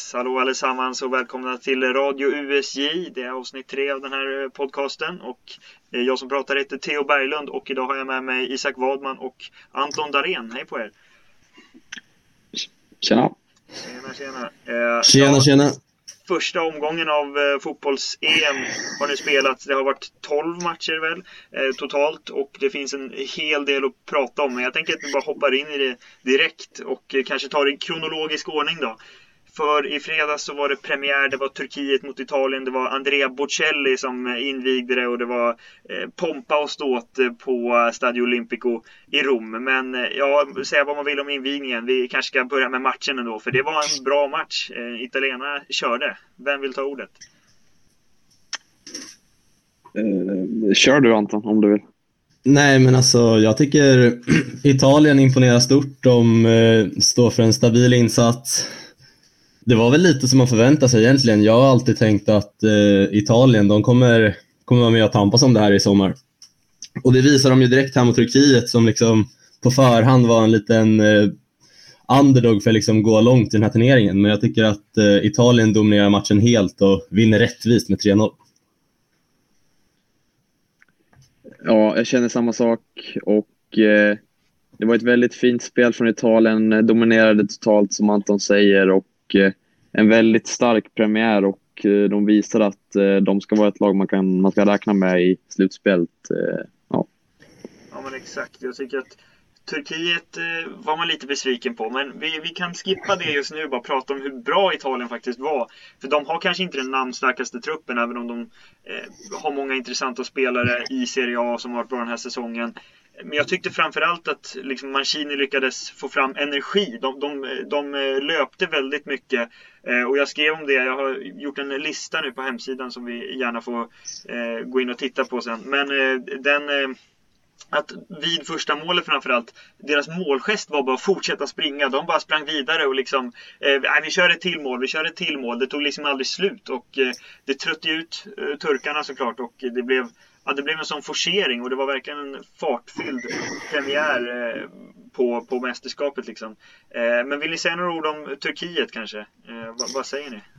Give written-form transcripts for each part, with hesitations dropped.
Yes, hallå allesammans och välkomna till Radio USJ. Det är avsnitt 3 av den här podcasten och jag som pratar heter Theo Berglund och idag har jag med mig Isak Wadman och Anton Darén. Hej på er. Tjena. Tjena. Första omgången av fotbolls-EM har nu spelats. Det har varit 12 matcher väl totalt och det finns en hel del att prata om. Men jag tänker att vi bara hoppar in i det direkt och kanske tar det i kronologisk ordning då. För i fredags så var det premiär, det var Turkiet mot Italien, det var Andrea Bocelli som invigde det och det var pompa och ståt på Stadio Olimpico i Rom. Men ja, säga vad man vill om invigningen, vi kanske ska börja med matchen ändå, för det var en bra match. Italienarna körde. Vem vill ta ordet? Kör du Anton om du vill. Nej, men alltså jag tycker Italien imponerar stort. De står för en stabil insats. Det var väl lite som man förväntade sig egentligen. Jag har alltid tänkt att Italien, de kommer vara med och tampas om det här i sommar. Och det visar de ju direkt här mot Turkiet som liksom på förhand var en liten underdog för att liksom gå långt i den här turneringen. Men jag tycker att Italien dominerar matchen helt och vinner rättvist med 3-0. Ja, jag känner samma sak och det var ett väldigt fint spel från Italien. Dominerade totalt som Anton säger och en väldigt stark premiär och de visar att de ska vara ett lag man ska räkna med i slutspelet. Ja, men exakt. Jag tycker att Turkiet var man lite besviken på, men vi kan skippa det just nu och bara prata om hur bra Italien faktiskt var. För de har kanske inte den namnstarkaste truppen, även om de har många intressanta spelare i Serie A som har varit bra den här säsongen. Men jag tyckte framförallt att liksom Mancini lyckades få fram energi. De löpte väldigt mycket. Och jag skrev om det. Jag har gjort en lista nu på hemsidan som vi gärna får gå in och titta på sen. Men att vid första målet framförallt, deras målgest var bara att fortsätta springa. De bara sprang vidare och liksom vi kör ett till mål. Det tog liksom aldrig slut och det trötte ut turkarna såklart och det blev en sån forcering och det var verkligen en fartfylld premiär på mästerskapet liksom. Men vill ni säga några ord om Turkiet kanske? Vad säger ni?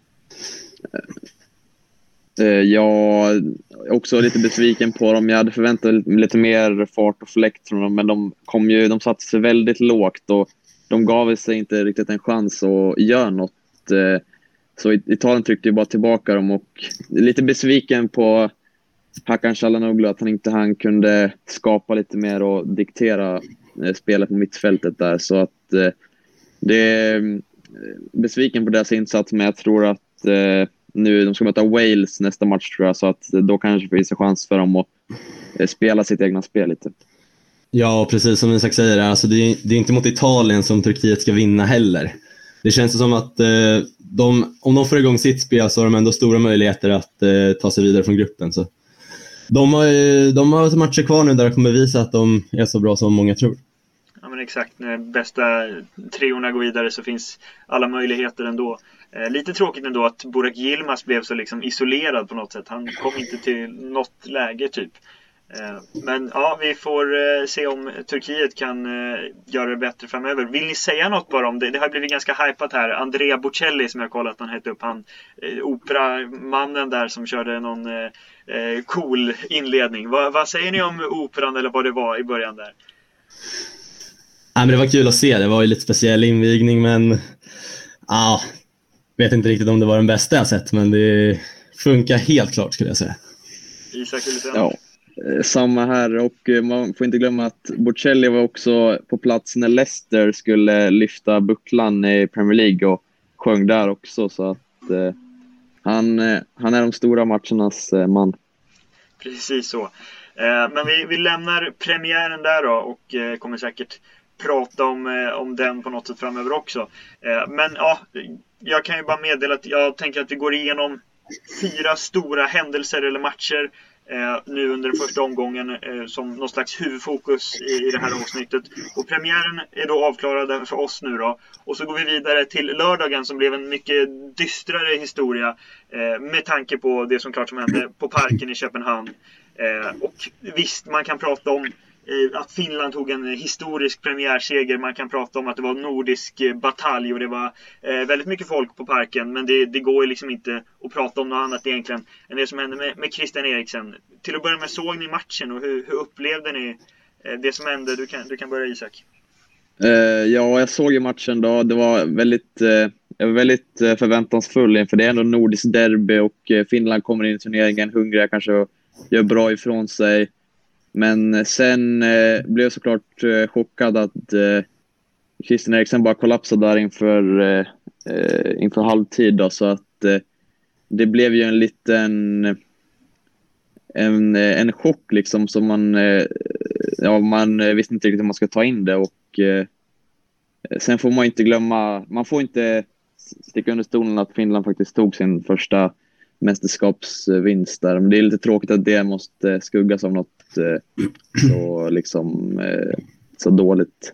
Jag är också lite besviken på dem. Jag hade förväntat mig lite mer fart och fläkt från dem, men de satte sig väldigt lågt och de gav sig inte riktigt en chans att göra något. Så Italien tryckte ju bara tillbaka dem och lite besviken på Hakan Çalhanoğlu att han kunde skapa lite mer och diktera spelet på mittfältet där. Så att det är besviken på deras insats, men jag tror att nu de ska möta Wales nästa match tror jag, så att då kanske det finns en chans för dem att spela sitt egna spel lite. Ja, precis som Isak säger, alltså det är inte mot Italien som Turkiet ska vinna heller. Det känns som att om de får igång sitt spel så har de ändå stora möjligheter att ta sig vidare från gruppen. Så de har matcher kvar nu där de kommer visa att de är så bra som många tror. Ja, men exakt. När bästa treorna går vidare så finns alla möjligheter ändå. Lite tråkigt ändå att Burak Yilmaz blev så liksom isolerad på något sätt. Han kom inte till något läge typ. Men ja, vi får se om Turkiet kan göra det bättre framöver. Vill ni säga något bara om det? Det har blivit ganska hypat här. Andrea Bocelli som jag kollat, han hette upp. Han operamannen där som körde någon cool inledning. Vad säger ni om operan eller vad det var i början där? Ja, men det var kul att se. Det var ju lite speciell invigning, men vet inte riktigt om det var den bästa jag sett, men det funkar helt klart skulle jag säga. Isak, vill du säga? Ja, samma här, och man får inte glömma att Bocelli var också på plats när Leicester skulle lyfta bucklan i Premier League och sjöng där också, så att han är de stora matchernas man. Precis så. Men vi lämnar premiären där då och kommer säkert prata om den på något sätt framöver också. Men ja, jag kan ju bara meddela att jag tänker att vi går igenom 4 stora händelser eller matcher nu under den första omgången som någon slags huvudfokus i det här avsnittet. Och premiären är då avklarad för oss nu då. Och så går vi vidare till lördagen som blev en mycket dystrare historia med tanke på det som klart som hände på parken i Köpenhamn. Och visst, man kan prata om att Finland tog en historisk premiärseger. Man kan prata om att det var en nordisk batalj och det var väldigt mycket folk på parken. Men det går ju liksom inte att prata om något annat egentligen än det som hände med Christian Eriksen. Till att börja med, såg ni matchen och hur upplevde ni det som hände? Du kan börja, Isak. Ja, jag såg ju matchen då. Det var väldigt förväntansfull inför det är ändå nordisk derby och Finland kommer in i turneringen hungriga kanske och gör bra ifrån sig. Men sen blev jag såklart chockad att Christian Eriksen bara kollapsade där inför halvtid då, så att det blev ju en liten en chock liksom, som man visste inte riktigt om man ska ta in det. Och sen får man inte glömma, man får inte sticka under stolen att Finland faktiskt tog sin första mästerskapsvinst där. Men det är lite tråkigt att det måste skuggas av något så dåligt.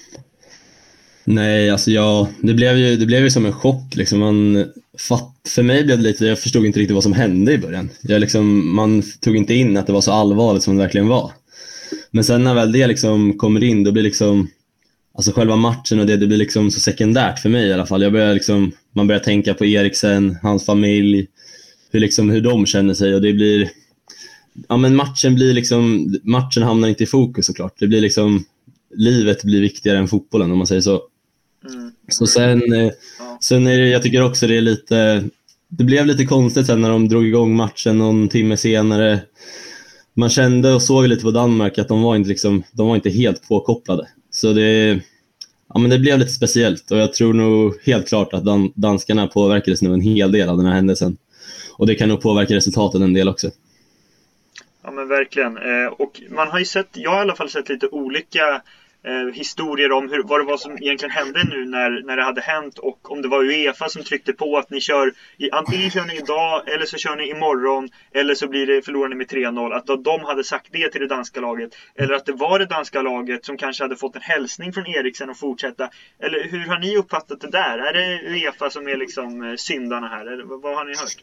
Nej, alltså det blev ju som en chock liksom. För mig blev det lite, jag förstod inte riktigt vad som hände i början. Man tog inte in att det var så allvarligt som det verkligen var. Men sen när väl det liksom kommer in, då blir liksom, alltså själva matchen och det blir liksom så sekundärt för mig i alla fall. Man börjar tänka på Eriksen, hans familj, hur de känner sig, och det blir, ja men matchen hamnar inte i fokus såklart. Det blir liksom, livet blir viktigare än fotbollen om man säger så. Så sen är det, jag tycker också det blev lite konstigt sen när de drog igång matchen någon timme senare. Man kände och såg lite på Danmark att de var inte helt påkopplade. Så det blev lite speciellt, och jag tror nog helt klart att danskarna påverkades nu en hel del av den här händelsen. Och det kan nog påverka resultaten en del också. Ja men verkligen. Och man har ju jag har i alla fall sett lite olika historier om vad det var som egentligen hände nu när det hade hänt, och om det var UEFA som tryckte på att ni antingen kör ni idag eller så kör ni imorgon eller så förlorar ni med 3-0, att de hade sagt det till det danska laget, eller att det var det danska laget som kanske hade fått en hälsning från Eriksen att fortsätta, eller hur har ni uppfattat det där? Är det UEFA som är liksom syndarna här, eller vad har ni hört?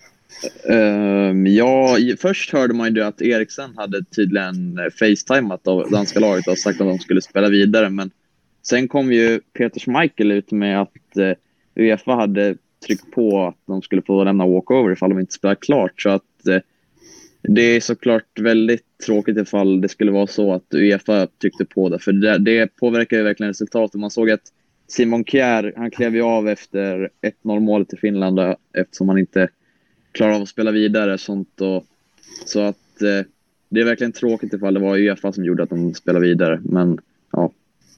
Ja, först hörde man ju att Eriksen hade tydligen facetimat av danska laget och sagt att de skulle spela vidare, men sen kom ju Peter Schmeichel ut med att UEFA hade tryckt på att de skulle få lämna walkover ifall de inte spelar klart, så att det är såklart väldigt tråkigt ifall det skulle vara så att UEFA tryckte på det, för det påverkar ju verkligen resultatet. Man såg att Simon Kjær, han klev ju av efter 1-0 målet i Finland eftersom han inte klarar av att spela vidare sånt, och så att det är verkligen tråkigt ifall det var UEFA som gjorde att de spelar vidare, men ja.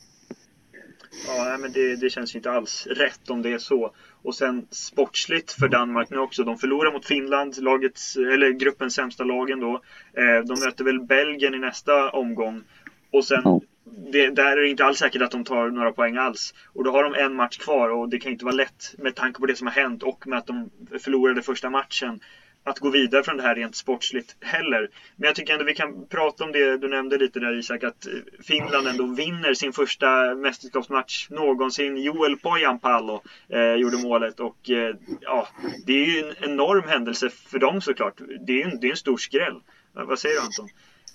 Ja, men det känns ju inte alls rätt om det är så. Och sen sportsligt för Danmark nu också. De förlorar mot Finland, gruppens sämsta lagen då. De möter väl Belgien i nästa omgång. Och sen, där är det inte alls säkert att de tar några poäng alls. Och då har de en match kvar, och det kan inte vara lätt med tanke på det som har hänt och med att de förlorade första matchen att gå vidare från det här rent sportsligt heller. Men jag tycker ändå vi kan prata om det du nämnde lite där, Isak, att Finland ändå vinner sin första mästerskapsmatch någonsin. Joel Pojanpalo gjorde målet, och det är ju en enorm händelse för dem såklart. Det är en stor skräll. Vad säger du, Anton?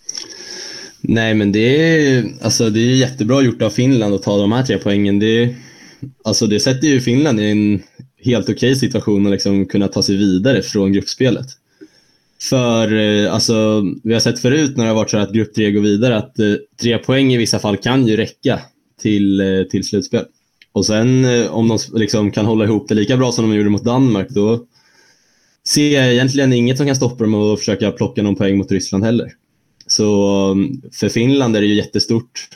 Nej, men det är jättebra gjort av Finland att ta de här 3 poängen. Det sätter ju Finland i en helt okej situation att liksom kunna ta sig vidare från gruppspelet. För vi har sett förut när det har varit så att grupp 3 går vidare att 3 poäng i vissa fall kan ju räcka till slutspel. Och sen om de liksom kan hålla ihop det lika bra som de gjorde mot Danmark, då ser jag egentligen inget som kan stoppa dem att försöka plocka någon poäng mot Ryssland heller. Så för Finland är det ju jättestort.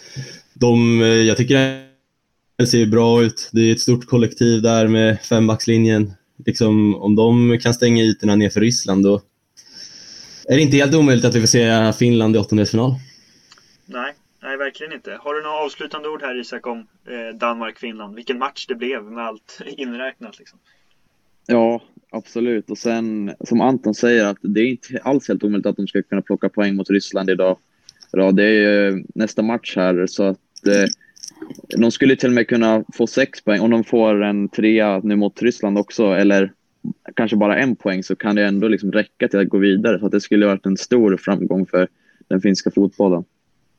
Jag tycker det ser bra ut. Det är ett stort kollektiv där med 5-backslinjen. Liksom, om de kan stänga ytorna ner för Ryssland, då är det inte helt omöjligt att vi får se Finland i åttondelsfinal. Nej, verkligen inte. Har du några avslutande ord här, Isak, om Danmark-Finland? Vilken match det blev med allt inräknat liksom. Ja, absolut. Och sen, som Anton säger, att det är inte alls helt omöjligt att de ska kunna plocka poäng mot Ryssland idag. Ja, det är ju nästa match här, så att de skulle till och med kunna få 6 poäng. Om de får en 3 nu mot Ryssland också, eller kanske bara 1 poäng, så kan det ändå liksom räcka till att gå vidare. Så att det skulle ha varit en stor framgång för den finska fotbollen.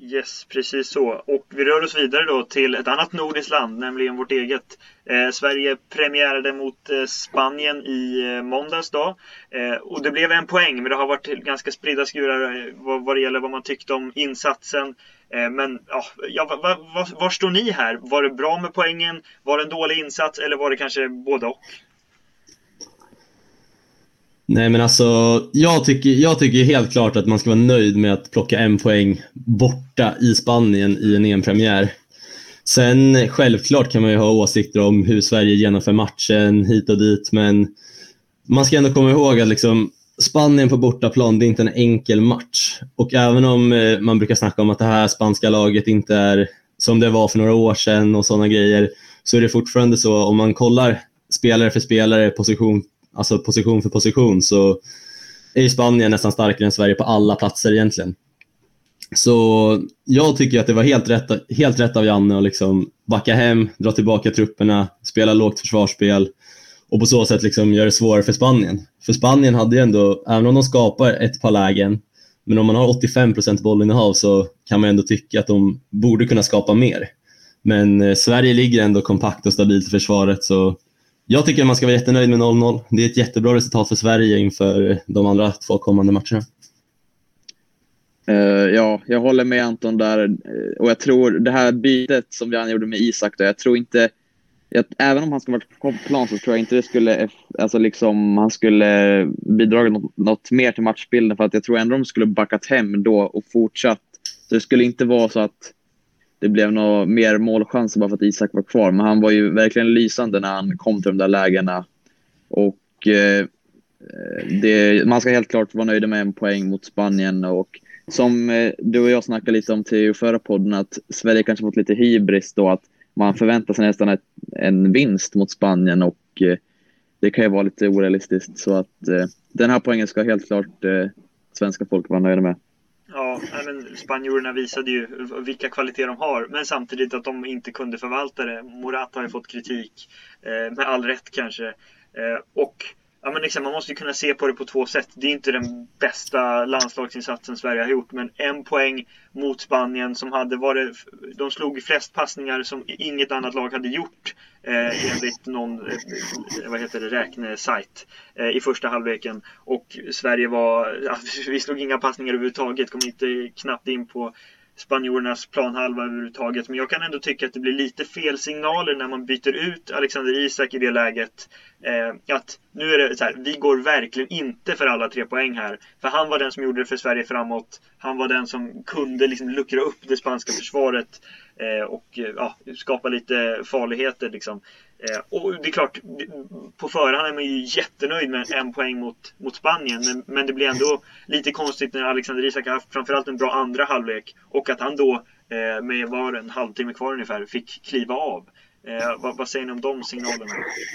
Yes, precis så. Och vi rör oss vidare då till ett annat nordiskt land, nämligen vårt eget. Sverige premiärade mot Spanien i måndags då. Och det blev en poäng, men det har varit ganska spridda skurar vad det gäller vad man tyckte om insatsen. Men var står ni här? Var det bra med poängen? Var det en dålig insats? Eller var det kanske både och? Nej, men alltså jag tycker helt klart att man ska vara nöjd med att plocka en poäng borta i Spanien i en EM-premiär. Sen självklart kan man ju ha åsikter om hur Sverige genomför matchen hit och dit, men man ska ändå komma ihåg att liksom Spanien på bortaplan, det är inte en enkel match. Och även om man brukar snacka om att det här spanska laget inte är som det var för några år sedan och sådana grejer, så är det fortfarande så, om man kollar spelare för spelare, position för position, så är ju Spanien nästan starkare än Sverige på alla platser egentligen. Så jag tycker att det var helt rätt av Janne att liksom backa hem, dra tillbaka trupperna, spela lågt försvarsspel och på så sätt liksom göra det svårare för Spanien. För Spanien hade ju ändå, även om de skapar ett par lägen, men om man har 85% bollinnehav så kan man ändå tycka att de borde kunna skapa mer. Men Sverige ligger ändå kompakt och stabilt i försvaret, så jag tycker att man ska vara jättenöjd med 0-0. Det är ett jättebra resultat för Sverige inför de andra 2 kommande matcherna. Ja, jag håller med Anton där. Och jag tror det här bytet som Jan gjorde med Isak då, jag tror inte även om han skulle varit på plan så tror jag inte det skulle, alltså liksom, han skulle bidragit något mer till matchbilden, för att jag tror ändå de skulle backat hem då och fortsatt. Så det skulle inte vara så att det blev några mer målchanser bara för att Isak var kvar. Men han var ju verkligen lysande när han kom till de där lägena. Och man ska helt klart vara nöjd med en poäng mot Spanien. Och som du och jag snackade lite om till förra podden, att Sverige kanske fått lite hybris då, att man förväntar sig nästan en vinst mot Spanien, och det kan ju vara lite orealistiskt. Så att den här poängen ska helt klart svenska folk vara nöjda med. Ja, men spanjorerna visade ju vilka kvaliteter de har, men samtidigt att de inte kunde förvalta det. Morata har ju fått kritik, med all rätt kanske. Och ja, men liksom, man måste ju kunna se på det på 2 sätt. Det är inte den bästa landslagsinsatsen Sverige har gjort, men en poäng mot Spanien som hade varit, de slog flest passningar som inget annat lag hade gjort enligt någon räknesajt i första halvleken. Och Sverige vi slog inga passningar överhuvudtaget, kom inte knappt in på spanjorernas planhalva överhuvudtaget. Men jag kan ändå tycka att det blir lite fel signaler när man byter ut Alexander Isak i det läget. Att nu är det så här, vi går verkligen inte för alla 3 poäng här. För han var den som gjorde det för Sverige framåt. Han var den som kunde liksom luckra upp det spanska försvaret och skapa lite farligheter liksom. Och det är klart, på förhand är man ju jättenöjd med en poäng mot Spanien, men det blir ändå lite konstigt när Alexander Isak har haft framförallt en bra andra halvlek, och att han då med var en halvtimme kvar ungefär fick kliva av. Vad säger ni om de signalerna?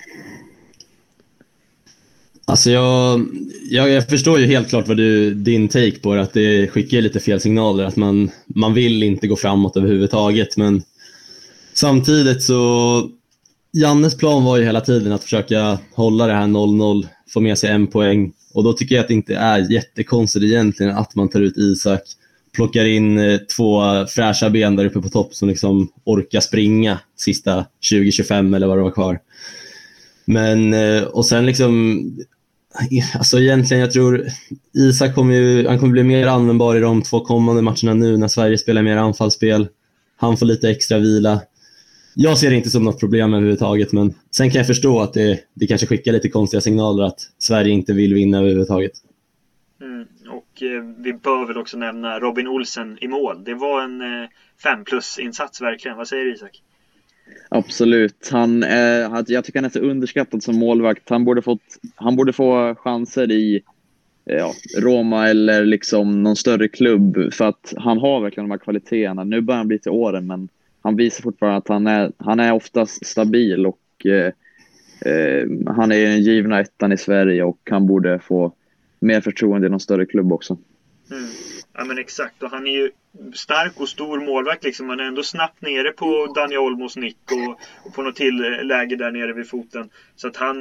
Alltså jag förstår ju helt klart din take på det, att det skickar lite fel signaler, att man vill inte gå framåt överhuvudtaget. Men samtidigt så Jannes plan var ju hela tiden att försöka hålla det här 0-0, få med sig en poäng. Och då tycker jag att det inte är jättekonstigt egentligen att man tar ut Isak, plockar in 2 fräscha ben där uppe på topp som liksom orkar springa sista 20-25 eller vad det var kvar. Men och sen liksom, alltså egentligen jag tror Isak kommer bli mer användbar i de 2 kommande matcherna nu när Sverige spelar mer anfallsspel. Han får lite extra vila. Jag ser det inte som något problem överhuvudtaget, men sen kan jag förstå att det kanske skickar lite konstiga signaler att Sverige inte vill vinna överhuvudtaget. Och vi bör väl också nämna Robin Olsen i mål. Det var en 5+-insats verkligen. Vad säger Isak? Absolut. Jag tycker han är så underskattad som målvakt. Han borde få chanser i Roma eller liksom någon större klubb, för att han har verkligen de här kvaliteterna. Nu börjar han bli till åren, men han visar fortfarande att han är oftast stabil, och han är den givna ettan i Sverige, och han borde få mer förtroende i någon större klubb också. Ja, men exakt, och han är ju stark och stor målvakt liksom. Han är ändå snabbt nere på Daniel Olmos nick och på något till läge där nere vid foten. Så att han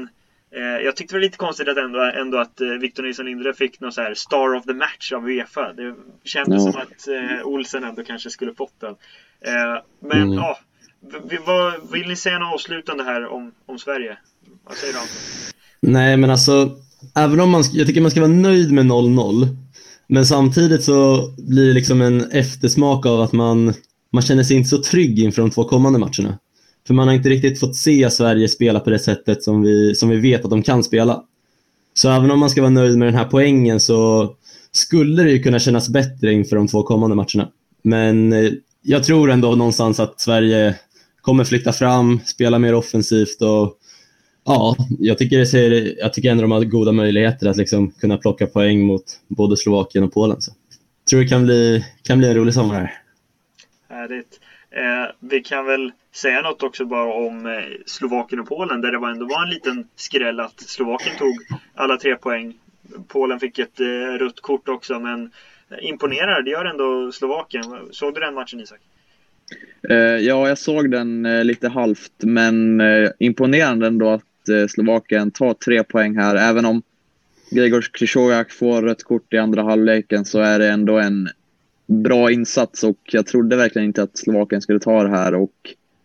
Jag tyckte det var lite konstigt att ändå att Victor Nilsson Lindelöf fick någon så här star of the match av UEFA. Det kändes som att Olsen ändå kanske skulle fått den. Men ja, vill ni säga något avslutande här om Sverige? Vad säger du? Nej, men alltså, även om jag tycker man ska vara nöjd med 0-0, men samtidigt så blir det liksom en eftersmak av att man känner sig inte så trygg inför de 2 kommande matcherna. För man har inte riktigt fått se Sverige spela på det sättet som vi vet att de kan spela. Så även om man ska vara nöjd med den här poängen så skulle det ju kunna kännas bättre inför de 2 kommande matcherna. Men jag tror ändå någonstans att Sverige kommer flytta fram, spela mer offensivt och ja, jag tycker ändå de har goda möjligheter att liksom kunna plocka poäng mot både Slovakien och Polen. Så jag tror det kan bli en rolig sommar här. Härligt. Vi kan väl säga något också bara om Slovakien och Polen, där det ändå var en liten skräll att Slovakien tog alla 3 poäng. Polen fick ett rött kort också, men imponerar, det gör ändå Slovakien. Såg du den matchen, Isak? Ja, jag såg den lite halvt, men imponerande ändå att Slovakien tar 3 poäng här. Även om Gregor Krychowiak får rött kort i andra halvleken så är det ändå en bra insats, och jag trodde verkligen inte att Slovakien skulle ta det här, och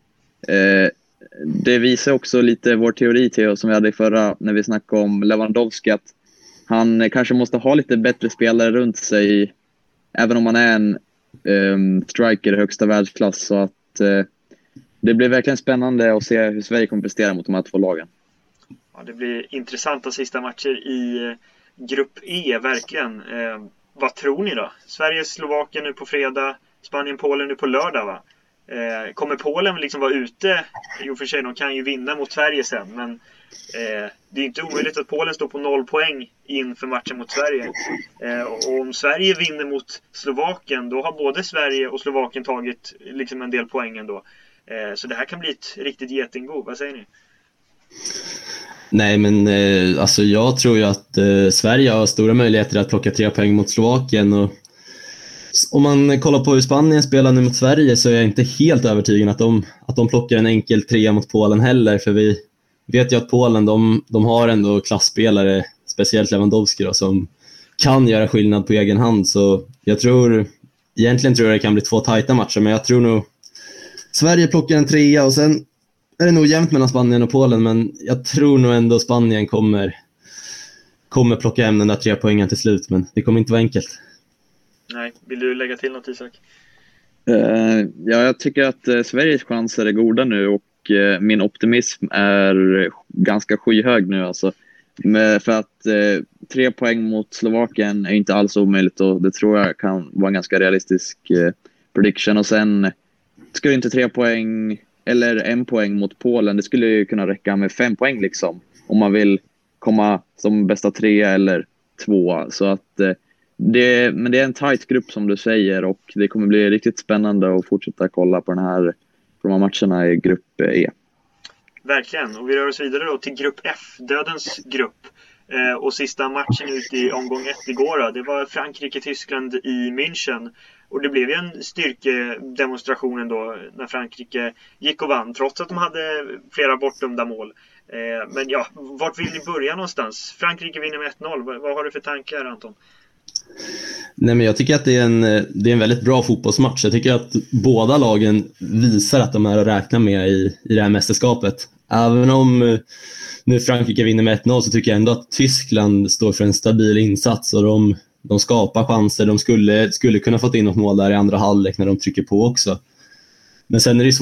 det visar också lite vår teori till som vi hade i förra när vi snackade om Lewandowski, att han kanske måste ha lite bättre spelare runt sig även om han är en striker i högsta världsklass, så att det blir verkligen spännande att se hur Sverige kommer prestera mot de här 2 lagen. Ja, det blir intressanta sista matcher i grupp E, verkligen. Vad tror ni då? Sverige-Slovakien nu på fredag, Spanien-Polen nu på lördag, va? Kommer Polen liksom vara ute? Jo, för sig, de kan ju vinna mot Sverige sen, men det är inte omöjligt att Polen står på 0 poäng inför matchen mot Sverige. Och om Sverige vinner mot Slovakien, då har både Sverige och Slovakien tagit liksom en del poäng ändå. Så det här kan bli ett riktigt getingbo. Vad säger ni? Nej, men alltså jag tror ju att Sverige har stora möjligheter att plocka 3 poäng mot Slovakien, och om man kollar på hur Spanien spelar nu mot Sverige så är jag inte helt övertygad att de plockar en enkel 3 mot Polen heller, för vi vet ju att Polen, de har ändå klassspelare, speciellt Lewandowski då, som kan göra skillnad på egen hand. Så egentligen tror jag det kan bli 2 tajta matcher, men jag tror nog Sverige plockar en 3, och sen är det nog jämnt mellan Spanien och Polen, men jag tror nog ändå Spanien kommer plocka hem den där 3 poängen till slut, men det kommer inte vara enkelt. Nej, vill du lägga till något, Isak? Ja, jag tycker att Sveriges chanser är goda nu, och min optimism är ganska skyhög nu alltså. För att 3 poäng mot Slovakien är inte alls omöjligt, och det tror jag kan vara en ganska realistisk prediction. Och sen skulle inte 3 poäng eller 1 poäng mot Polen, det skulle ju kunna räcka med 5 poäng liksom, om man vill komma som bästa 3 eller 2. Så att men det är en tight grupp som du säger, och det kommer bli riktigt spännande att fortsätta kolla på de här matcherna i grupp E. Verkligen, och vi rör oss vidare då till grupp F, dödens grupp. Och sista matchen ut i omgång 1 igår då, det var Frankrike-Tyskland i München. Och det blev ju en styrkedemonstration ändå när Frankrike gick och vann, trots att de hade flera bortdömda mål. Men ja, vart vill ni börja någonstans? Frankrike vinner med 1-0. Vad har du för tankar, Anton? Nej, men jag tycker att det är en väldigt bra fotbollsmatch. Jag tycker att båda lagen visar att de är att räkna med i det här mästerskapet. Även om nu Frankrike vinner med 1-0 så tycker jag ändå att Tyskland står för en stabil insats, och de skapar chanser. De skulle kunna fått in något mål där i andra halvlek när de trycker på också. Men sen är det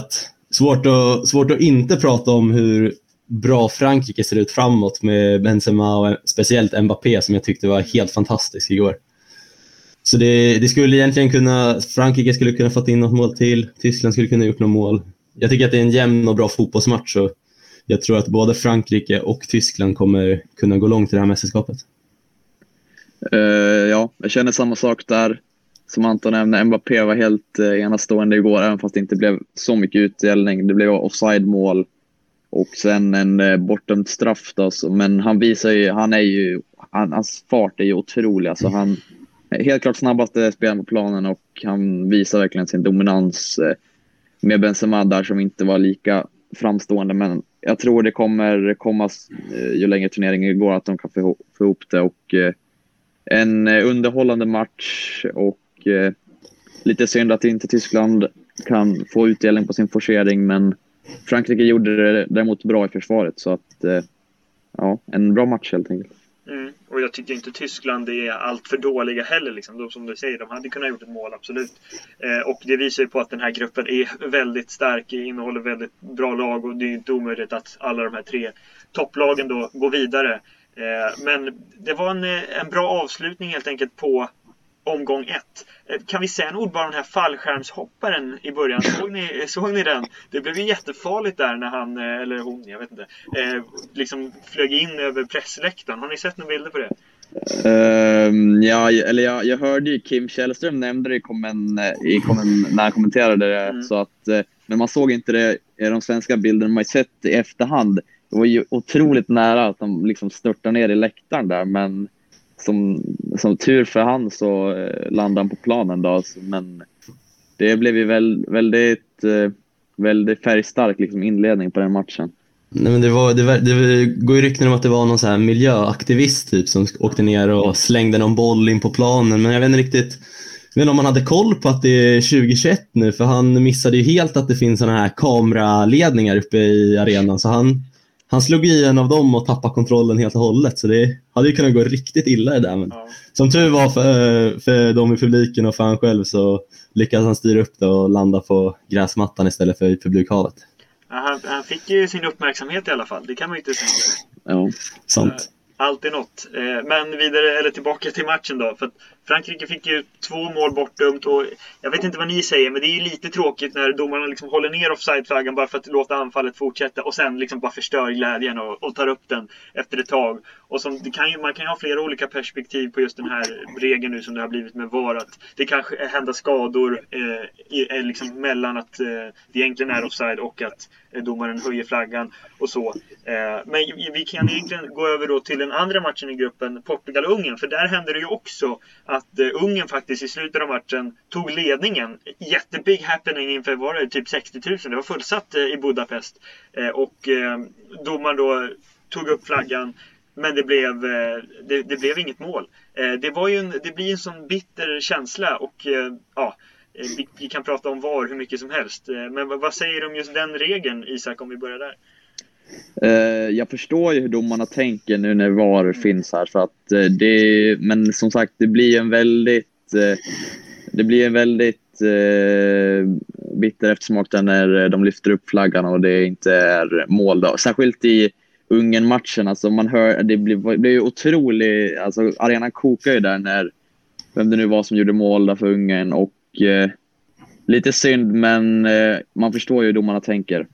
svårt att inte prata om hur bra Frankrike ser ut framåt med Benzema och speciellt Mbappé, som jag tyckte var helt fantastisk igår. Så det skulle egentligen Frankrike skulle kunna fått in något mål till, Tyskland skulle kunna gjort något mål. Jag tycker att det är en jämn och bra fotbollsmatch, och jag tror att både Frankrike och Tyskland kommer kunna gå långt i det här mästerskapet. Ja, jag känner samma sak där. Som Anton nämnde, Mbappé var helt enastående igår, även fast det inte blev så mycket utdelning. Det blev offside-mål och sen en bortdömd straff då. Men han visar ju, hans fart är ju otrolig. Alltså han är helt klart snabbaste spelaren på planen, och han visar verkligen sin dominans med Benzema där, som inte var lika framstående. Men jag tror det kommer komma ju längre turneringen går att de kan få ihop det. Och en underhållande match och lite synd att inte Tyskland kan få utdelning på sin forcering, men Frankrike gjorde det däremot bra i försvaret, så att ja, en bra match helt enkelt. Och jag tycker inte Tyskland är allt för dåliga heller liksom. De, som du säger, de hade kunnat gjort ett mål, absolut. Och det visar ju på att den här gruppen är väldigt stark, innehåller väldigt bra lag, och det är inte omöjligt att alla de här 3 topplagen då går vidare. Men det var en bra avslutning helt enkelt på omgång 1. Kan vi säga en ord bara om den här fallskärmshopparen i början? Såg ni den? Det blev ju jättefarligt där när han, eller hon, jag vet inte, liksom flög in över pressläktaren. Har ni sett några bilder på det? Jag hörde ju Kim Källström nämnde det när han kommenterade det, så att, men man såg inte det i de svenska bilderna man har sett i efterhand. Det var ju otroligt nära att de liksom störtade ner i läktaren där, men som tur för han så landade han på planen då, men det blev ju väldigt färgstark liksom inledning på den matchen. Nej, men det går ju rykten om att det var någon så här miljöaktivist typ som åkte ner och slängde någon boll in på planen, men jag vet inte om man hade koll på att det är 2021 nu, för han missade ju helt att det finns såna här kameraledningar uppe i arenan, så han slog i en av dem och tappade kontrollen helt och hållet, så det hade ju kunnat gå riktigt illa det där. Men som tur var för dem i publiken och för han själv, så lyckades han styra upp det och landa på gräsmattan istället för i publikhavet. Ja, han fick ju sin uppmärksamhet i alla fall, det kan man ju inte säga. Ja, sant. Alltid något. Men vidare, eller tillbaka till matchen då. För att Frankrike fick ju 2 mål bortdömt, och jag vet inte vad ni säger, men det är ju lite tråkigt när domarna liksom håller ner offside-flaggan bara för att låta anfallet fortsätta, och sen liksom bara förstör glädjen och tar upp den efter ett tag. Och man kan ju ha flera olika perspektiv på just den här regeln nu som det har blivit med VAR, att det kanske händer skador liksom mellan att det egentligen är offside och att domaren höjer flaggan och så. Men vi kan egentligen gå över då till den andra matchen i gruppen, Portugal-Ungern, för där hände det ju också att Ungern faktiskt i slutet av matchen tog ledningen. Jättebig happening inför, var det typ 60 000, det var fullsatt i Budapest, och domaren då tog upp flaggan, men det blev inget mål. Det blir en sån bitter känsla, och vi kan prata om VAR hur mycket som helst, men vad säger du om just den regeln, Isak, om vi börjar där? Jag förstår ju hur domarna tänker nu när VAR finns här, så att men som sagt, det blir en väldigt bitter eftersmak där när de lyfter upp flaggan och det inte är mål då. Särskilt i Ungern-matchen, alltså man hör, det blir ju otroligt, alltså arenan kokar ju där när vem det nu var som gjorde mål där för Ungern, och lite synd, men man förstår ju hur domarna tänker.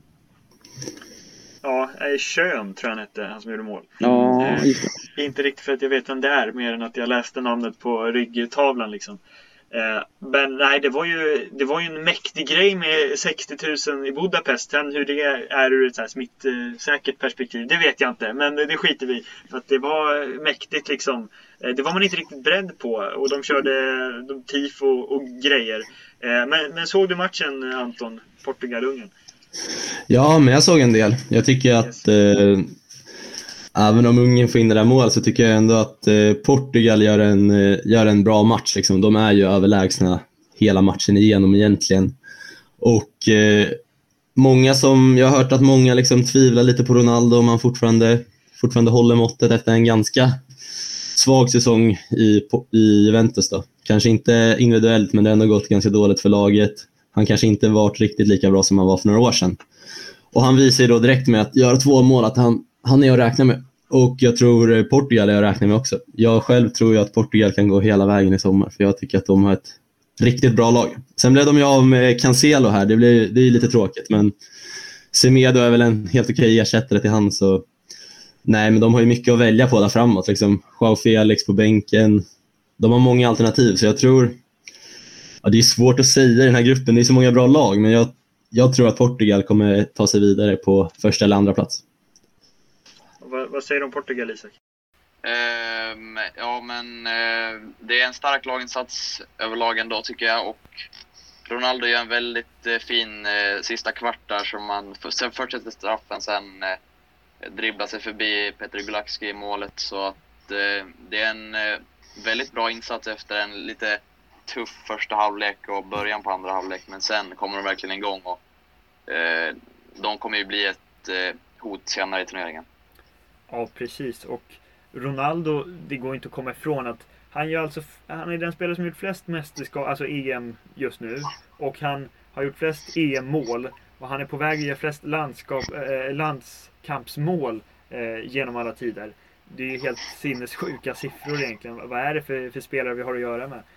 Ja, Schön tror jag han hette, han som gjorde mål. Ja, inte riktigt för att jag vet vem det är, mer än att jag läste namnet på ryggtavlan liksom. Men nej, det var ju en mäktig grej med 60 000 i Budapest. Sen hur det är ur ett så här smittsäkert perspektiv, det vet jag inte, men det skiter vi. För att det var mäktigt liksom. Det var man inte riktigt beredd på, och de körde tifo och grejer. Men såg du matchen, Anton, Portugal-Ungern? Ja, men jag såg en del. Jag tycker att även om Ungern får in det där mål, så tycker jag ändå att Portugal gör en bra match. Liksom. De är ju överlägsna hela matchen igenom egentligen. Och jag har hört att många liksom tvivlar lite på Ronaldo, om han fortfarande håller måttet efter en ganska svag säsong i Juventus då. Kanske inte individuellt, men det har ändå gått ganska dåligt för laget. Han kanske inte varit riktigt lika bra som han var för några år sedan. Och han visar ju då direkt med att göra 2 mål att han är att räkna med. Och jag tror Portugal är att räkna med också. Jag själv tror ju att Portugal kan gå hela vägen i sommar, för jag tycker att de har ett riktigt bra lag. Sen blev de ju av med Cancelo här. Det är lite tråkigt, men Semedo är väl en helt okej ersättare till han, så nej, men de har ju mycket att välja på där framåt liksom. Joao Felix på bänken. De har många alternativ, så jag tror det är svårt att säga i den här gruppen. Det är så många bra lag, men jag tror att Portugal kommer ta sig vidare på första eller andra plats. Vad säger du om Portugal, Isak? Det är en stark laginsats över lagen då, tycker jag, och Ronaldo gör en väldigt fin sista kvart där som man sen fortsätter straffen, sen dribblar sig förbi Petr Gulacki i målet, så att det är en väldigt bra insats efter en lite tuff första halvlek och början på andra halvlek, men sen kommer de verkligen igång och de kommer ju bli ett hot senare i turneringen. Ja, precis. Och Ronaldo, det går inte att komma ifrån att han är den spelare som gjort flest mästerskap, alltså EM just nu, och han har gjort flest EM-mål, och han är på väg att göra flest landskampsmål genom alla tider. Det är ju helt sinnessjuka siffror egentligen. Vad är det för spelare vi har att göra med?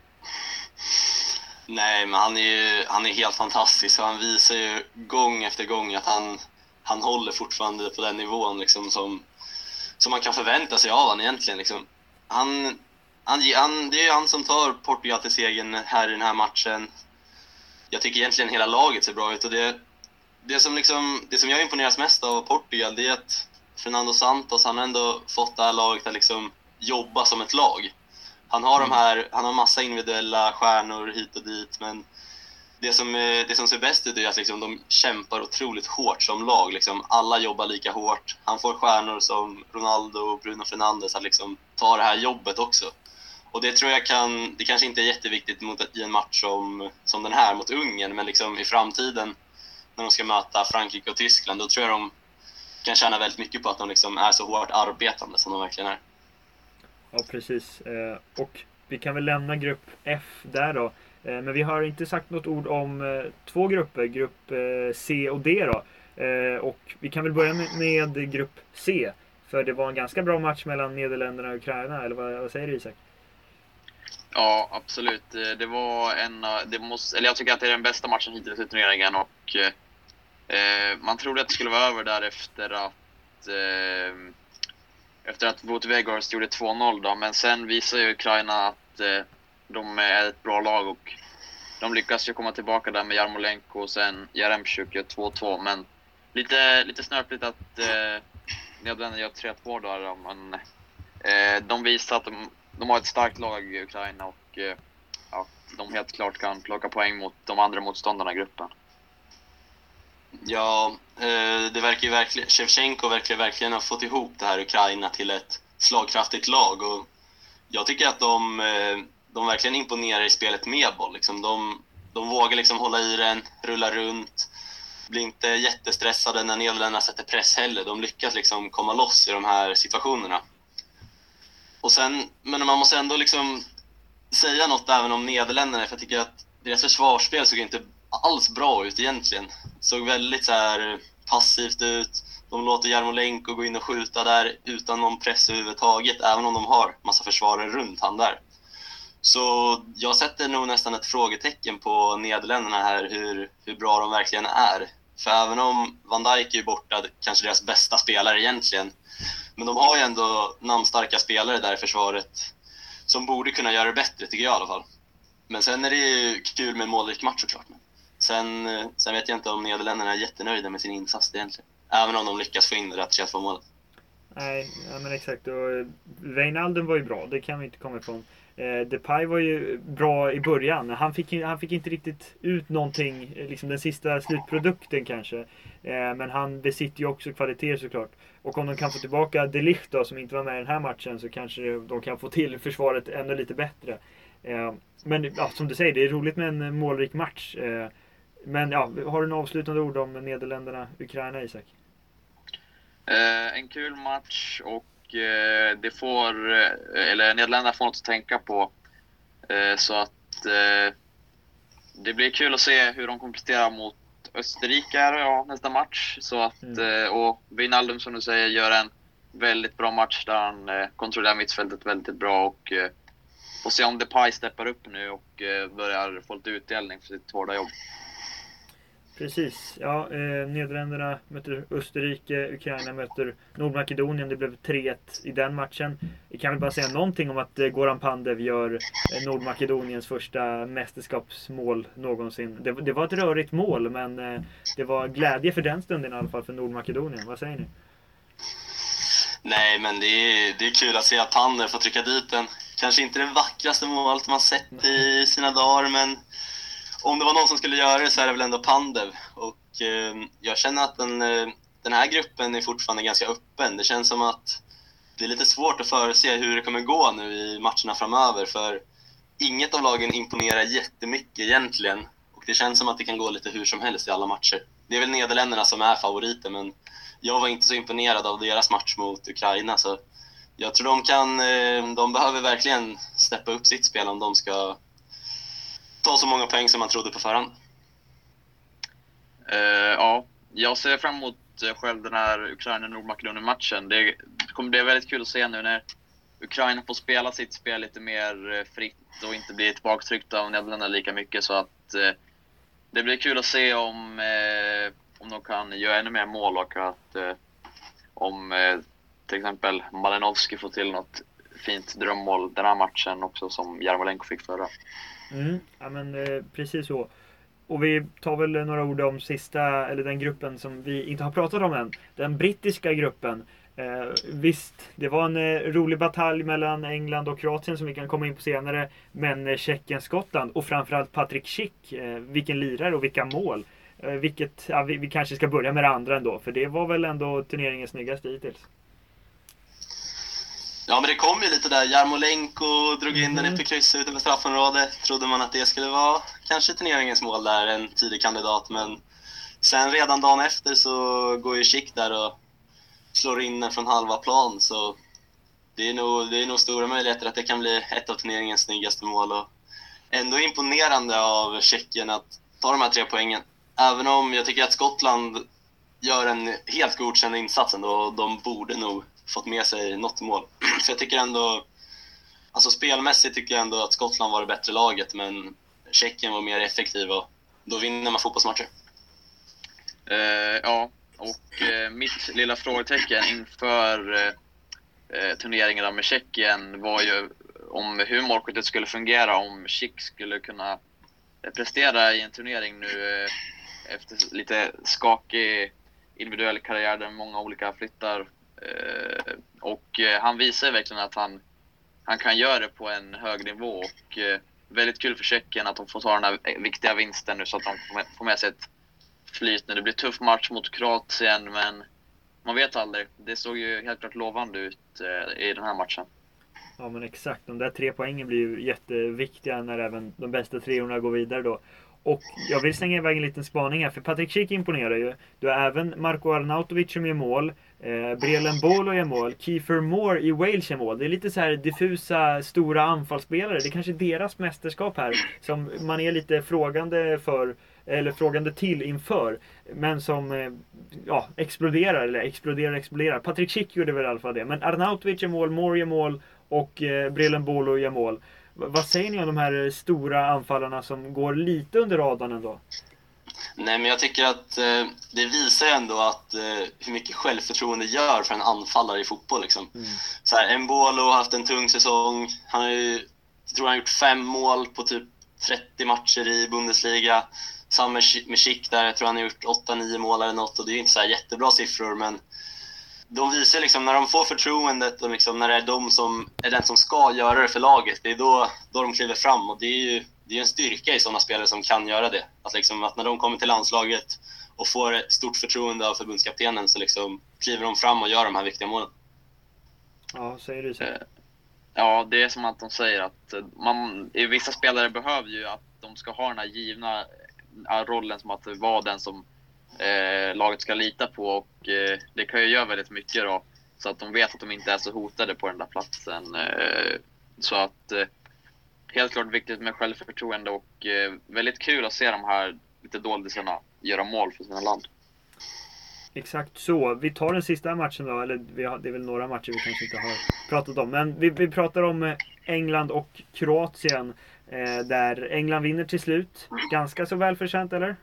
Nej, men han är helt fantastisk, och han visar ju gång efter gång att han håller fortfarande på den nivån liksom, som man kan förvänta sig av han egentligen liksom. Det är ju han som tar Portugal till segern här i den här matchen. Jag tycker egentligen hela laget ser bra ut, och det som jag imponeras mest av Portugal, det är att Fernando Santos, han har ändå fått det här laget att liksom jobba som ett lag. Han har massa individuella stjärnor hit och dit, men det som ser bäst ut är att liksom de kämpar otroligt hårt som lag. Liksom, alla jobbar lika hårt. Han får stjärnor som Ronaldo och Bruno Fernandes att liksom ta det här jobbet också. Och det tror jag det kanske inte är jätteviktigt i en match som den här mot Ungern, men liksom i framtiden när de ska möta Frankrike och Tyskland, då tror jag de kan tjäna väldigt mycket på att de liksom är så hårt arbetande som de verkligen är. Ja, precis. Och vi kan väl lämna grupp F där då. Men vi har inte sagt något ord om två grupper, grupp C och D då. Och vi kan väl börja med grupp C. För det var en ganska bra match mellan Nederländerna och Ukraina, eller vad säger du, Isak? Ja, absolut. Det var jag tycker att det är den bästa matchen hittills i turneringen, och man trodde att det skulle vara över där efter att Wout Weghorst gjorde 2-0 då, men sen visar ju Ukraina att de är ett bra lag, och de lyckas ju komma tillbaka där med Jarmolenko och sen Jaremchuk gör 2-2, men lite snörpligt att Nederländerna gör 3-2 där, men de visar att de har ett starkt lag i Ukraina, och de helt klart kan plocka poäng mot de andra motståndarna i gruppen. Ja, det verkar ju verkligen, Shevchenko verkligen ha fått ihop det här Ukraina till ett slagkraftigt lag, och jag tycker att de verkligen imponerar i spelet med boll liksom. De vågar liksom hålla i den, rulla runt, blir inte jättestressade när Nederländerna sätter press heller. De lyckas liksom komma loss i de här situationerna. Och sen, men man måste ändå liksom säga något även om Nederländerna, för jag tycker att deras försvarsspel såg inte alls bra ut egentligen. Såg väldigt så här passivt ut. De låter Jarmolenko gå in och skjuta där utan någon press överhuvudtaget, även om de har massa försvarare runt han där. Så jag sätter nog nästan ett frågetecken på Nederländerna här, hur bra de verkligen är. För även om Van Dijk är borta, kanske deras bästa spelare egentligen, men de har ju ändå namnstarka spelare där i försvaret som borde kunna göra det bättre, tycker jag i alla fall. Men sen är det ju kul med målrik match såklart. Sen vet jag inte om Nederländerna är jättenöjda med sin insats egentligen, även om de lyckas få in det rätt 3-2 målet. Nej, ja, men exakt. Och Wijnaldum var ju bra, det kan vi inte komma ifrån. Depay var ju bra i början. Han fick inte riktigt ut någonting, liksom den sista slutprodukten kanske. Men han besitter ju också kvaliteter såklart. Och om de kan få tillbaka De Ligt då, som inte var med i den här matchen, så kanske de kan få till försvaret ännu lite bättre. Men ja, som du säger, det är roligt med en målrik match. Men ja, har du en avslutande ord om Nederländerna, Ukraina, Isak? En kul match, och Nederländerna får något att tänka på, så att det blir kul att se hur de kompletterar mot Österrike nästa match, så att och Wijnaldum, som du säger, gör en väldigt bra match där han kontrollerar mittfältet väldigt bra, och får se om Depay steppar upp nu och börjar få lite utdelning för sitt hårda jobb. Precis, ja, Nederländerna möter Österrike, Ukraina möter Nordmakedonien. Det blev 3-1 i den matchen. Vi kan väl bara säga någonting om att Goran Pandev gör Nordmakedoniens första mästerskapsmål någonsin. Det var ett rörigt mål, men det var glädje för den stunden i alla fall för Nordmakedonien. Vad säger ni? Nej, men det är kul att se att Pandev får trycka dit den. Kanske inte det vackraste målet man sett i sina dagar, men om det var någon som skulle göra det så är det väl ändå Pandev. Och jag känner att den här gruppen är fortfarande ganska öppen. Det känns som att det är lite svårt att förutse hur det kommer gå nu i matcherna framöver. För inget av lagen imponerar jättemycket egentligen. Och det känns som att det kan gå lite hur som helst i alla matcher. Det är väl Nederländerna som är favoriter, men jag var inte så imponerad av deras match mot Ukraina. Så jag tror de behöver verkligen steppa upp sitt spel om de ska ta så många poäng som man trodde på förhand. Ja, jag ser fram emot själv den här Ukraina-Nordmakedonien-matchen. Det kommer bli väldigt kul att se nu när Ukraina får spela sitt spel lite mer fritt och inte blir tillbakatryckt av Nederländerna lika mycket. Så att det blir kul att se om de kan göra ännu mer mål och att om till exempel Malinovski får till något fint drömmål den här matchen också som Jarmolenko fick förra. Ja, men precis så. Och vi tar väl några ord om den gruppen som vi inte har pratat om än. Den brittiska gruppen. Visst, det var en rolig batalj mellan England och Kroatien som vi kan komma in på senare. Men Tjeckien, Skottland och framförallt Patrik Schick. Vilken lirare och vilka mål. Vi kanske ska börja med det andra ändå. För det var väl ändå turneringens snyggaste hittills. Ja, men det kom ju lite där. Jarmolenko drog in den upp i krysset utanför straffområdet. Trodde man att det skulle vara kanske turneringens mål där, en tidig kandidat. Men sen redan dagen efter så går ju Schick där och slår in den från halva plan. Så det är nog stora möjligheter att det kan bli ett av turneringens snyggaste mål. Och ändå imponerande av Tjeckien att ta de här 3 poängen. Även om jag tycker att Skottland gör en helt godkänd insats ändå, och de borde nog fått med sig något mål. För jag tycker ändå, alltså spelmässigt tycker jag ändå att Skottland var det bättre laget, men Tjeckien var mer effektiv och då vinner man fotbollsmatcher. Ja, och mitt lilla frågetecken inför turneringarna med Tjeckien var ju om hur målskyttet skulle fungera, om Schick skulle kunna prestera i en turnering nu efter lite skakig individuell karriär där många olika flyttar. Och han visar verkligen att han kan göra det på en hög nivå, och väldigt kul för Tjeckien att de får ta den här viktiga vinsten nu så att de får med sig ett flyt när det blir tuff match mot Kroatien, men man vet aldrig. Det såg ju helt klart lovande ut i den här matchen. Ja, men exakt. De där 3 poängen blir ju jätteviktiga när även de bästa treorna går vidare då. Och jag vill slänga iväg en liten spaning här, för Patrik Schick imponerar ju. Du har även Marko Arnautovic som gör mål, Brelen Bolo gör mål, Kiefer Moore i Wales gör mål. Det är lite så här diffusa, stora anfallsspelare. Det är kanske deras mästerskap här som man är lite frågande för, eller frågande till inför, men som exploderar. Patrik Schick gjorde väl i alla fall det. Men Arnautovic gör mål, Moore gör mål och Brelen Bolo gör mål. Vad säger ni om de här stora anfallarna som går lite under radarn ändå? Nej, men jag tycker att det visar ändå att hur mycket självförtroende gör för en anfallare i fotboll liksom. Så här, Embolo har haft en tung säsong. Han har ju, jag tror han har gjort 5 mål på typ 30 matcher i Bundesliga. Samma med Schick där, jag tror han har gjort 8-9 mål eller något, och det är ju inte så här jättebra siffror, men de visar liksom när de får förtroendet och liksom när det är de som är den som ska göra det för laget, det är då de kliver fram, och det är en styrka i sådana spelare som kan göra det. Att när de kommer till landslaget och får ett stort förtroende av förbundskaptenen så liksom kliver de fram och gör de här viktiga målen. Ja, säger du så? Ja, det är som att de säger att vissa spelare behöver ju att de ska ha den här givna rollen som att vara den som laget ska lita på, och det kan ju göra väldigt mycket då, så att de vet att de inte är så hotade på den där platsen. Så att helt klart viktigt med självförtroende, och väldigt kul att se de här lite doldisarna göra mål för sina land. Exakt så. Vi tar den sista matchen då, eller det är väl några matcher vi kanske inte har pratat om, men vi pratar om England och Kroatien, där England vinner till slut. Ganska så välförtjänt, eller?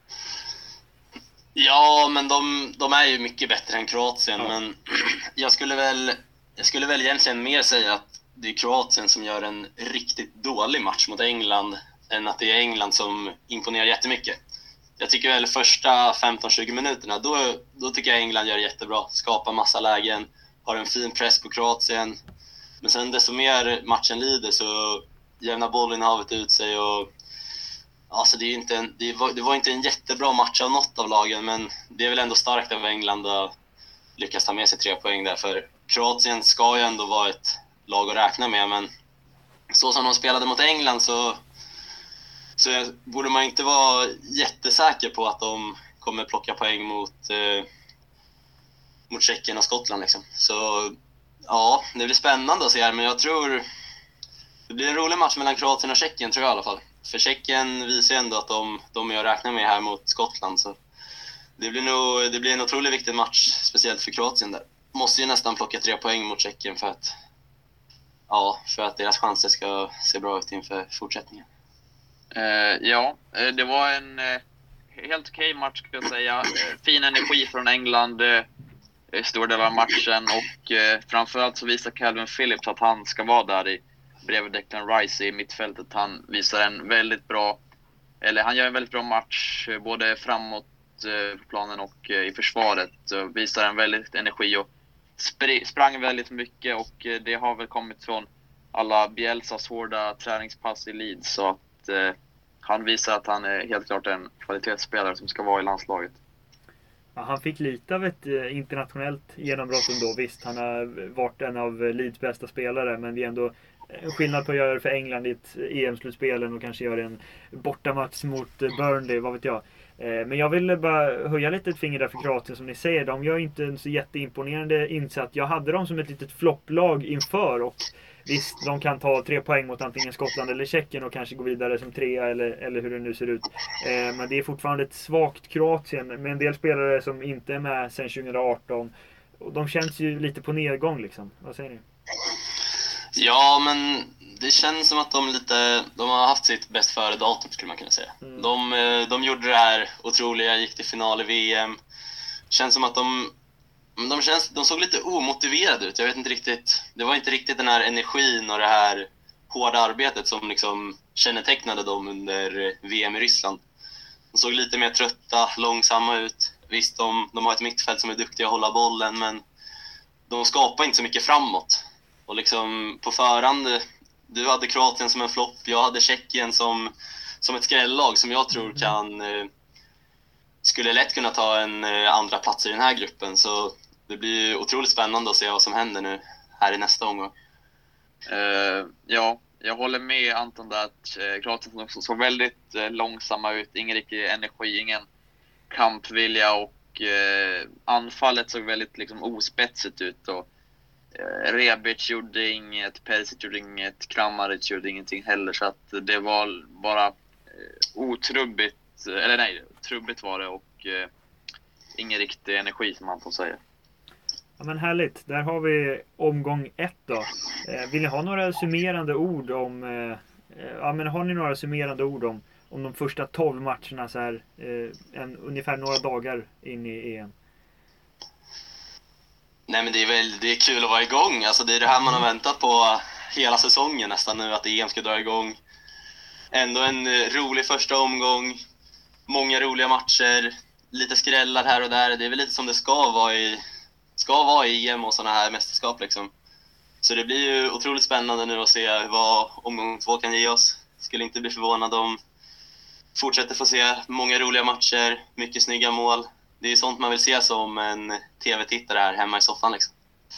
Ja, men de är ju mycket bättre än Kroatien, men jag skulle väl egentligen mer säga att det är Kroatien som gör en riktigt dålig match mot England än att det är England som imponerar jättemycket. Jag tycker väl första 15-20 minuterna, då tycker jag England gör det jättebra. Skapar massa lägen, har en fin press på Kroatien. Men sen desto mer matchen lider så jämnar bollen havet ut sig, och Alltså det var inte en jättebra match av något av lagen, men det är väl ändå starkt av England att lyckas ta med sig 3 poäng där. För Kroatien ska ju ändå vara ett lag att räkna med, men så som de spelade mot England så borde man inte vara jättesäker på att de kommer plocka poäng mot Tjeckien och Skottland liksom. Så ja, det blir spännande att se här, men jag tror det blir en rolig match mellan Kroatien och Tjeckien, tror jag i alla fall. För Tjeckien visar ju ändå att de är att räkna med här mot Skottland, så det blir en otroligt viktig match, speciellt för Kroatien där. Måste ju nästan plocka 3 poäng mot Tjeckien för att deras chanser ska se bra ut inför fortsättningen. Det var en helt okej match, ska jag säga. Fin energi från England stor del av matchen, och framförallt så visar Calvin Phillips att han ska vara där bredvid Declan Rice i mittfältet. Han gör en väldigt bra match både framåt planen och i försvaret. Visar en väldigt energi och sprang väldigt mycket, och det har väl kommit från alla Bielsas hårda träningspass i Leeds, så att han visar att han är helt klart en kvalitetsspelare som ska vara i landslaget. Ja, han fick lite av ett internationellt genombrott ändå. Visst, han har varit en av Leeds bästa spelare, men det är ändå en skillnad på att göra det för England i ett EM-slutspelen och kanske göra en bortamatch mot Burnley, vad vet jag. Men jag ville bara höja lite ett finger där för Kroatien, som ni säger. De gör inte en så jätteimponerande insats. Jag hade dem som ett litet flopplag inför, och visst, de kan ta 3 poäng mot antingen Skottland eller Tjeckien och kanske gå vidare som 3 eller hur det nu ser ut. Men det är fortfarande ett svagt Kroatien med en del spelare som inte är med sedan 2018. Och de känns ju lite på nedgång liksom. Vad säger ni? Ja, men det känns som att de har haft sitt bäst före datum, skulle man kunna säga. De gjorde det här otroliga, gick till final i VM. Känns som att de såg lite omotiverade ut. Jag vet inte riktigt. Det var inte riktigt den här energin och det här hårda arbetet som liksom kännetecknade dem under VM i Ryssland. De såg lite mer trötta, långsamma ut. Visst, de har ett mittfält som är duktiga att hålla bollen, men de skapar inte så mycket framåt. Och liksom på förhand, du hade Kroatien som en flopp, jag hade Tjeckien som ett skrällag som jag tror skulle lätt kunna ta en andra plats i den här gruppen. Så det blir otroligt spännande att se vad som händer nu här i nästa omgång. Jag håller med Anton där att Kroatien såg väldigt långsamma ut. Ingen riktig energi, ingen kampvilja, och anfallet såg väldigt liksom ospetsigt ut. Och Rebic gjorde inget, Perisic gjorde inget, Kramaric gjorde ingenting heller, så att det var bara otrubbigt, trubbigt var det, och ingen riktig energi, som Anton säger. Ja, men härligt. Där har vi omgång 1 då. Vill ni ha några summerande ord om har ni några summerande ord om de första 12 matcherna så här ungefär några dagar in i EM? Nej, men det är kul att vara igång. Alltså det är det här man har väntat på hela säsongen nästan nu, att EM ska dra igång. Ändå en rolig första omgång. Många roliga matcher. Lite skrällar här och där. Det är väl lite som det ska vara i EM och såna här mästerskap liksom. Så det blir ju otroligt spännande nu att se vad omgång 2 kan ge oss. Skulle inte bli förvånad om fortsätter få se många roliga matcher, mycket snygga mål. Det är sånt man vill se som en tv-tittare här hemma i soffan liksom.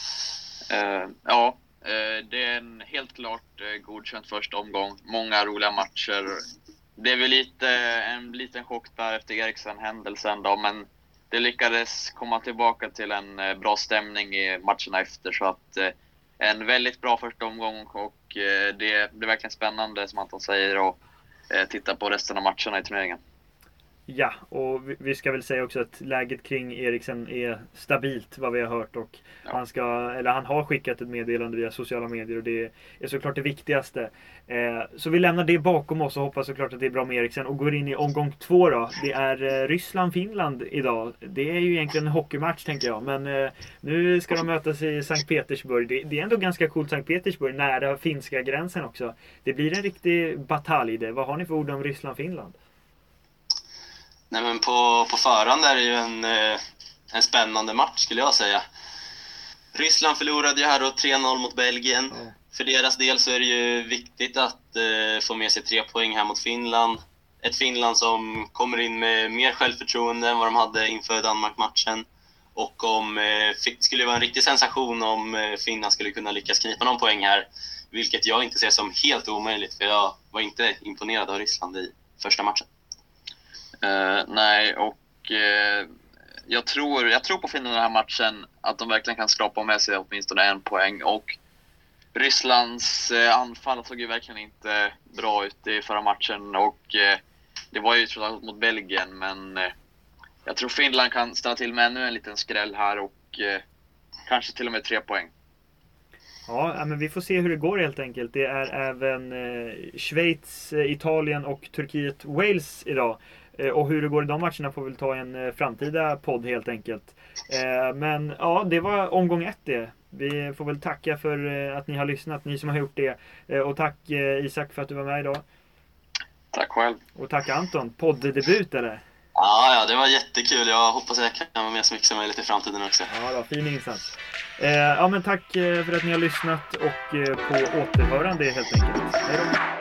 Det är en helt klart godkänt första omgång. Många roliga matcher. Det är väl en liten chock där efter Eriksen-händelsen då, men det lyckades komma tillbaka till en bra stämning i matcherna efter, så att en väldigt bra första omgång, och det är verkligen spännande, som Anton säger, att titta på resten av matcherna i turneringen. Ja, och vi ska väl säga också att läget kring Eriksen är stabilt, vad vi har hört, och han har skickat ett meddelande via sociala medier, och det är såklart det viktigaste. Så vi lämnar det bakom oss och hoppas såklart att det är bra med Eriksen, och går in i omgång 2 då. Det är Ryssland-Finland idag. Det är ju egentligen en hockeymatch, tänker jag, men nu ska de mötas i Sankt Petersburg. Det är ändå ganska coolt, Sankt Petersburg, nära finska gränsen också. Det blir en riktig batalj det. Vad har ni för ord om Ryssland-Finland? Nej, men på förhand är det ju en spännande match, skulle jag säga. Ryssland förlorade ju här då 3-0 mot Belgien. För deras del så är det ju viktigt att få med sig 3 poäng här mot Finland. ett Finland som kommer in med mer självförtroende än vad de hade inför Danmark-matchen. Och om skulle vara en riktig sensation om Finland skulle kunna lyckas knipa någon poäng här. Vilket jag inte ser som helt omöjligt, för jag var inte imponerad av Ryssland i första matchen. Nej, och jag tror på Finland i den här matchen, att de verkligen kan skrapa med sig åtminstone en poäng. Och Rysslands anfall såg ju verkligen inte bra ut i förra matchen, och det var ju trots allt mot Belgien, men jag tror Finland kan ställa till med ännu en liten skräll här och kanske till och med 3 poäng. Ja, men vi får se hur det går helt enkelt. Det är även Schweiz, Italien och Turkiet, Wales idag. Och hur det går i de matcherna får vi väl ta en framtida podd helt enkelt. Men ja, det var omgång 1 det. Vi får väl tacka för att ni har lyssnat, ni som har gjort det. Och tack Isak för att du var med idag. Tack själv. Och tack Anton, podddebut eller? Ja, det var jättekul. Jag hoppas att jag kan vara med så mycket som möjligt i framtiden också. Ja, då, fin insats. Ja, men tack för att ni har lyssnat och på återhörande helt enkelt. Hej då.